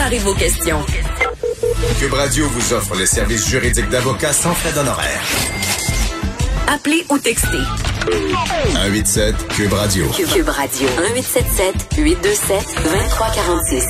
Préparez vos questions. Cube Radio vous offre les services juridiques d'avocats sans frais d'honoraires. Appelez ou textez. 187 Cube Radio. Cube Radio. 1877-827-2346.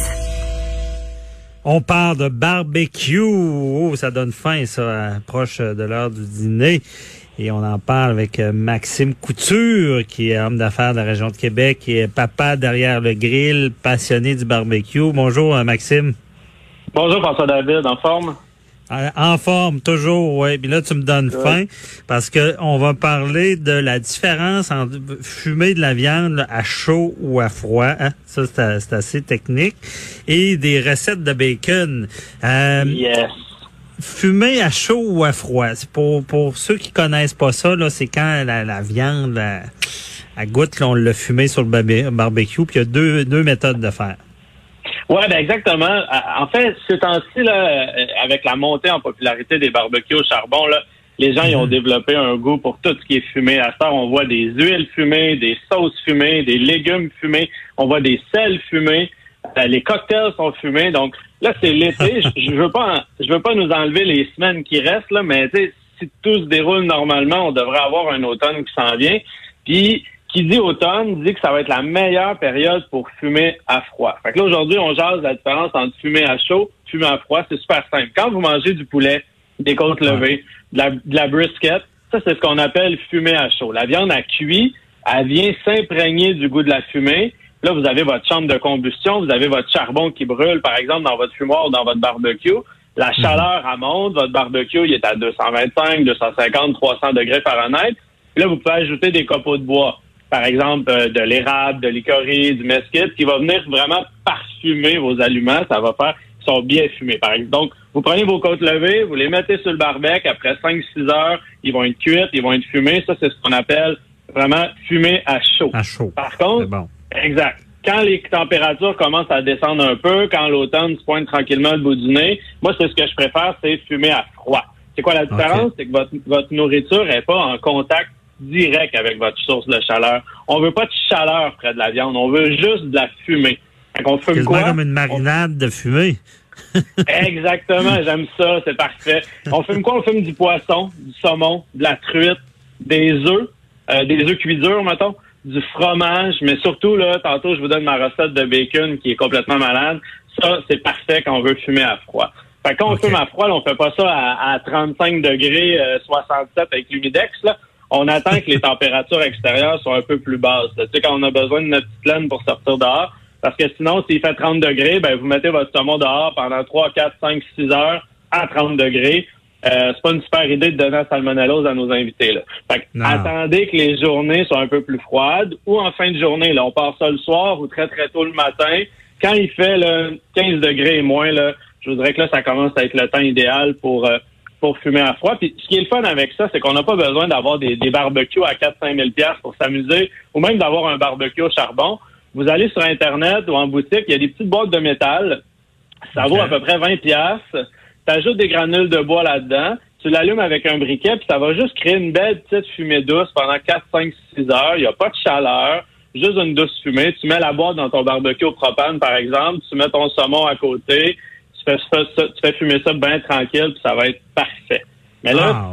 On parle de barbecue. Oh, ça donne faim, ça, proche de l'heure du dîner. Et on en parle avec Maxime Couture, qui est homme d'affaires de la région de Québec, qui est papa derrière le grill, passionné du barbecue. Bonjour, Maxime. Bonjour, François-David, en forme? En forme, toujours, oui. Puis là, tu me donnes faim parce que on va parler de la différence entre fumer de la viande là, à chaud ou à froid. Hein? Ça, c'est assez technique. Et des recettes de bacon. Yes. Fumer à chaud ou à froid. C'est pour ceux qui connaissent pas ça, là, c'est quand la viande à goutte, là, on l'a fumé sur le barbecue. Puis il y a deux méthodes de faire. Ouais, ben exactement. En fait, ce temps-ci, là, avec la montée en popularité des barbecues au charbon, là, les gens ils ont développé un goût pour tout ce qui est fumé. À ça, on voit des huiles fumées, des sauces fumées, des légumes fumés, on voit des sels fumés, les cocktails sont fumés. Donc là, c'est l'été. Je veux pas nous enlever les semaines qui restent là, mais si tout se déroule normalement, on devrait avoir un automne qui s'en vient. Puis qui dit automne, dit que ça va être la meilleure période pour fumer à froid. Fait que là, aujourd'hui, on jase la différence entre fumer à chaud, fumer à froid. C'est super simple. Quand vous mangez du poulet, des côtes levées, de la brisket, ça, c'est ce qu'on appelle fumer à chaud. La viande à cuit, elle vient s'imprégner du goût de la fumée. Là, vous avez votre chambre de combustion, vous avez votre charbon qui brûle, par exemple, dans votre fumoir ou dans votre barbecue. La chaleur, elle monte. Votre barbecue, il est à 225, 250, 300 degrés Fahrenheit. Puis là, vous pouvez ajouter des copeaux de bois. Par exemple, de l'érable, de l'icorie, du mesquite, qui va venir vraiment parfumer vos aliments. Ça va faire qu'ils sont bien fumés, par exemple. Donc, vous prenez vos côtes levées, vous les mettez sur le barbecue. Après 5-6 heures, ils vont être cuits, ils vont être fumés. Ça, c'est ce qu'on appelle vraiment fumer à chaud. À chaud. Par contre, bon. Exact. Quand les températures commencent à descendre un peu, quand l'automne se pointe tranquillement le bout du nez, moi, c'est ce que je préfère, c'est fumer à froid. C'est quoi la différence? Okay. C'est que votre nourriture n'est pas en contact direct avec votre source de chaleur. On veut pas de chaleur près de la viande, on veut juste de la fumée. Fait qu'on fume quoi? Comme une marinade de fumée. Exactement, j'aime ça, c'est parfait. On fume quoi? On fume du poisson, du saumon, de la truite, des œufs cuits durs, mettons, du fromage, mais surtout, là, tantôt, je vous donne ma recette de bacon qui est complètement malade. Ça, c'est parfait quand on veut fumer à froid. Fait que quand on fume à froid, là, on fait pas ça à 35 degrés, 67 avec l'humidex, là. On attend que les températures extérieures soient un peu plus basses. Tu sais, quand on a besoin de notre petite laine pour sortir dehors, parce que sinon, s'il fait 30 degrés, ben vous mettez votre saumon dehors pendant 3, 4, 5, 6 heures à 30 degrés. C'est pas une super idée de donner la salmonellose à nos invités, là. Fait que attendez que les journées soient un peu plus froides ou en fin de journée, là. On part ça le soir ou très, très tôt le matin. Quand il fait là, 15 degrés et moins, là, je voudrais que là, ça commence à être le temps idéal pour fumer à froid. Puis ce qui est le fun avec ça, c'est qu'on n'a pas besoin d'avoir des barbecues à 4-5 000 $ pour s'amuser ou même d'avoir un barbecue au charbon. Vous allez sur Internet ou en boutique, il y a des petites boîtes de métal. Ça vaut à peu près 20 $. Tu ajoutes des granules de bois là-dedans, tu l'allumes avec un briquet, puis ça va juste créer une belle petite fumée douce pendant 4, 5, 6 heures. Il n'y a pas de chaleur, juste une douce fumée. Tu mets la boîte dans ton barbecue au propane, par exemple, tu mets ton saumon à côté, tu fais fumer ça bien tranquille, puis ça va être parfait. Mais là,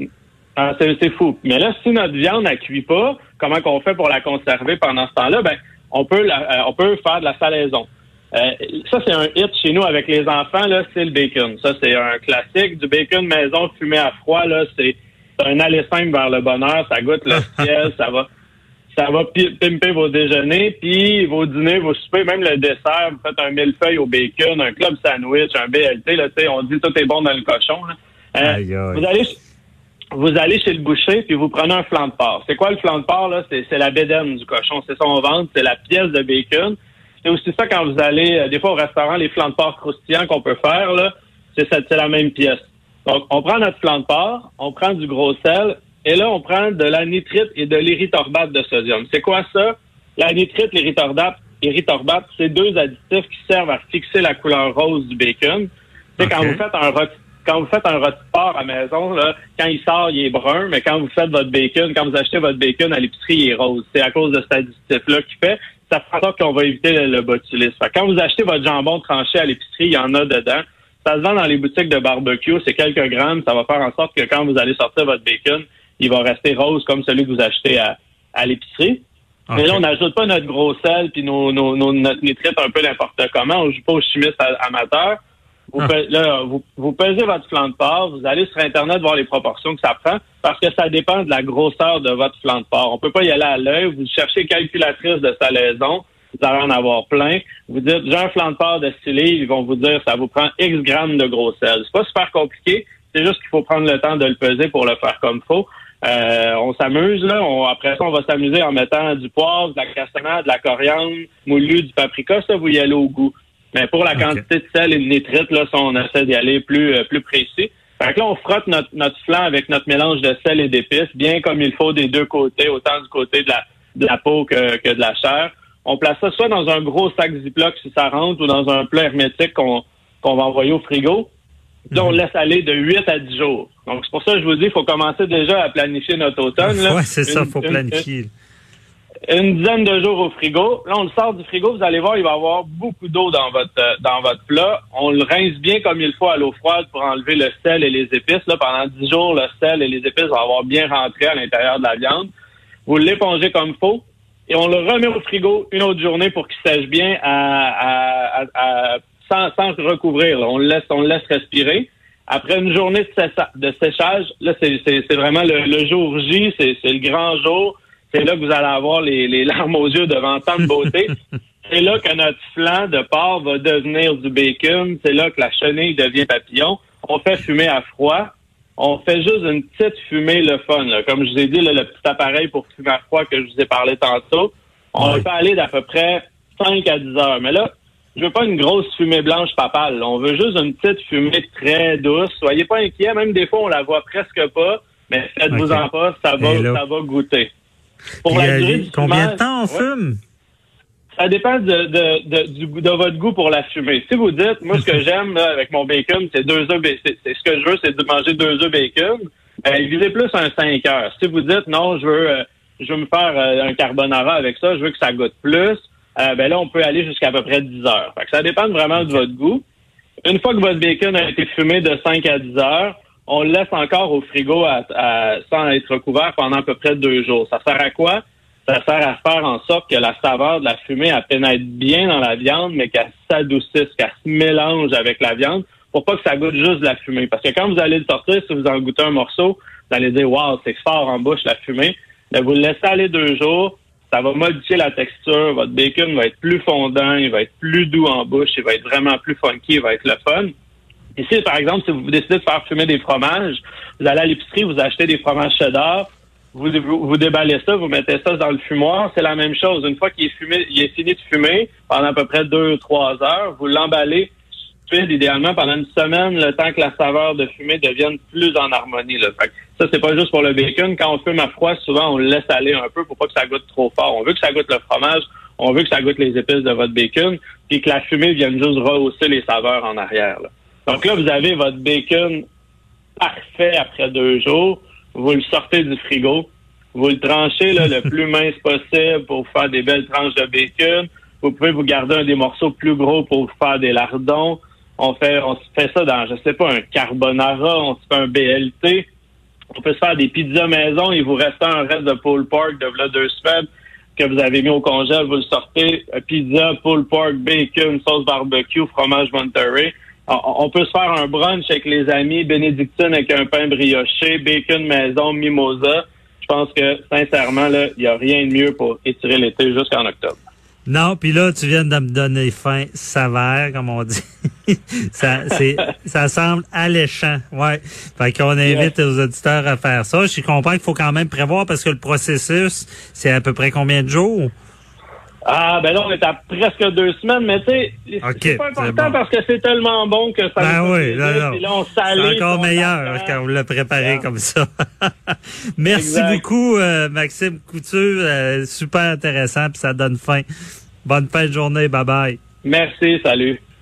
c'est fou. Mais là, si notre viande ne cuit pas, comment qu'on fait pour la conserver pendant ce temps-là? Ben, on peut faire de la salaison. Ça, c'est un hit chez nous avec les enfants, là, c'est le bacon. Ça, c'est un classique. Du bacon maison fumé à froid, là, c'est un aller simple vers le bonheur. Ça goûte le ciel, ça va pimper vos déjeuners, puis vos dîners, vos soupers, même le dessert. Vous faites un millefeuille au bacon, un club sandwich, un BLT, là, tu sais, on dit tout est bon dans le cochon, là. Vous allez chez le boucher, puis vous prenez un flanc de porc. C'est quoi le flanc de porc, là? C'est la bédaine du cochon. C'est son ventre, c'est la pièce de bacon. C'est aussi ça quand vous allez, des fois au restaurant, les flancs de porc croustillants qu'on peut faire, là, c'est la même pièce. Donc, on prend notre flanc de porc, on prend du gros sel, et là, on prend de la nitrite et de l'érythorbate de sodium. C'est quoi ça? La nitrite, l'érythorbate, c'est deux additifs qui servent à fixer la couleur rose du bacon. Tu sais, quand vous faites un rôti de porc à la maison, là, quand il sort, il est brun, mais quand vous faites votre bacon, quand vous achetez votre bacon à l'épicerie, il est rose. C'est à cause de cet additif-là qu'il fait. ça fait en sorte qu'on va éviter le botulisme. Fait que quand vous achetez votre jambon tranché à l'épicerie, il y en a dedans. Ça se vend dans les boutiques de barbecue, c'est quelques grammes. Ça va faire en sorte que quand vous allez sortir votre bacon, il va rester rose comme celui que vous achetez à l'épicerie. Okay. Mais là, on n'ajoute pas notre gros sel puis notre nitrite un peu n'importe comment. On ne joue pas aux chimistes amateurs. Vous pesez votre flanc de porc, vous allez sur Internet voir les proportions que ça prend parce que ça dépend de la grosseur de votre flanc de porc. On peut pas y aller à l'œil. Vous cherchez calculatrice de salaison, vous allez en avoir plein. Vous dites, j'ai un flanc de porc de 6 livres, ils vont vous dire, ça vous prend X grammes de gros sel. C'est pas super compliqué, c'est juste qu'il faut prendre le temps de le peser pour le faire comme il faut. On s'amuse, là. Après ça, on va s'amuser en mettant du poivre, de la cassonade, de la coriandre, moulu, du paprika. Ça, vous y allez au goût. Mais pour la quantité de sel et de nitrite, là, ça, on essaie d'y aller plus précis. Fait que là, on frotte notre flanc avec notre mélange de sel et d'épices, bien comme il faut des deux côtés, autant du côté de la peau que de la chair. On place ça soit dans un gros sac Ziploc si ça rentre ou dans un plat hermétique qu'on va envoyer au frigo. Là, on laisse aller de 8 à 10 jours. Donc, c'est pour ça que je vous dis, il faut commencer déjà à planifier notre automne. Oui, c'est ça, il faut planifier. Une dizaine de jours au frigo. Là, on le sort du frigo, vous allez voir, il va y avoir beaucoup d'eau dans votre plat. On le rince bien comme il faut à l'eau froide pour enlever le sel et les épices. Là, pendant 10 jours, le sel et les épices vont avoir bien rentré à l'intérieur de la viande. Vous l'épongez comme il faut et on le remet au frigo une autre journée pour qu'il sèche bien sans recouvrir. Là. On le laisse respirer. Après une journée de séchage, là, c'est vraiment le jour J, c'est le grand jour. C'est là que vous allez avoir les larmes aux yeux devant tant de beauté. C'est là que notre flanc de porc va devenir du bacon. C'est là que la chenille devient papillon. On fait fumer à froid. On fait juste une petite fumée, le fun. Là. Comme je vous ai dit, là, le petit appareil pour fumer à froid que je vous ai parlé tantôt, on peut aller d'à peu près 5 à 10 heures. Mais là, je veux pas une grosse fumée blanche papale. Là. On veut juste une petite fumée très douce. Soyez pas inquiets. Même des fois, on la voit presque pas. Mais faites-vous-en pas, ça va goûter. Pour la durée du combien de temps on fume? Ça dépend de votre goût pour la fumée. Si vous dites, moi, ce que j'aime là, avec mon bacon, c'est 2 œufs bacon. C'est ce que je veux, c'est de manger 2 œufs bacon. Visez plus un 5 heures. Si vous dites, non, je veux me faire un carbonara avec ça, je veux que ça goûte plus, là, on peut aller jusqu'à peu près 10 heures. Fait que ça dépend vraiment de votre goût. Une fois que votre bacon a été fumé de 5 à 10 heures, on le laisse encore au frigo sans être recouvert pendant à peu près 2 jours. Ça sert à quoi? Ça sert à faire en sorte que la saveur de la fumée elle pénètre bien dans la viande, mais qu'elle s'adoucisse, qu'elle se mélange avec la viande pour pas que ça goûte juste de la fumée. Parce que quand vous allez le sortir, si vous en goûtez un morceau, vous allez dire « Wow, c'est fort en bouche la fumée ». Mais vous le laissez aller 2 jours, ça va modifier la texture, votre bacon va être plus fondant, il va être plus doux en bouche, il va être vraiment plus funky, il va être le fun. Ici, par exemple, si vous décidez de faire fumer des fromages, vous allez à l'épicerie, vous achetez des fromages cheddar, vous déballez ça, vous mettez ça dans le fumoir, c'est la même chose. Une fois qu'il est fini de fumer, pendant à peu près 2-3 heures, vous l'emballez idéalement pendant une semaine, le temps que la saveur de fumée devienne plus en harmonie. Là. Fait que ça, c'est pas juste pour le bacon. Quand on fume à froid, souvent, on le laisse aller un peu pour pas que ça goûte trop fort. On veut que ça goûte le fromage, on veut que ça goûte les épices de votre bacon, puis que la fumée vienne juste rehausser les saveurs en arrière. Là. Donc là, vous avez votre bacon parfait après 2 jours. Vous le sortez du frigo. Vous le tranchez là, le plus mince possible pour faire des belles tranches de bacon. Vous pouvez vous garder un des morceaux plus gros pour vous faire des lardons. On fait ça dans, je sais pas, un carbonara, on se fait un BLT. On peut se faire des pizzas maison. Il vous reste un reste de pulled pork de là 2 semaines que vous avez mis au congèle. Vous le sortez, pizza, pulled pork, bacon, sauce barbecue, fromage Monterey. On peut se faire un brunch avec les amis, bénédictine avec un pain brioché, bacon maison, mimosa. Je pense que, sincèrement, là, il n'y a rien de mieux pour étirer l'été jusqu'en octobre. Non, puis là, tu viens de me donner faim sévère, comme on dit. ça semble alléchant, ouais. Fait qu'on invite aux auditeurs à faire ça. Je comprends qu'il faut quand même prévoir parce que le processus, c'est à peu près combien de jours? Ah, ben là, on est à presque 2 semaines, mais tu sais, c'est pas important parce que c'est tellement bon que ça oui, là, on salé. C'est encore meilleur quand vous le préparez comme ça. Merci beaucoup, Maxime Couture. Super intéressant, puis ça donne faim. Bonne fin de journée. Bye-bye. Merci, salut.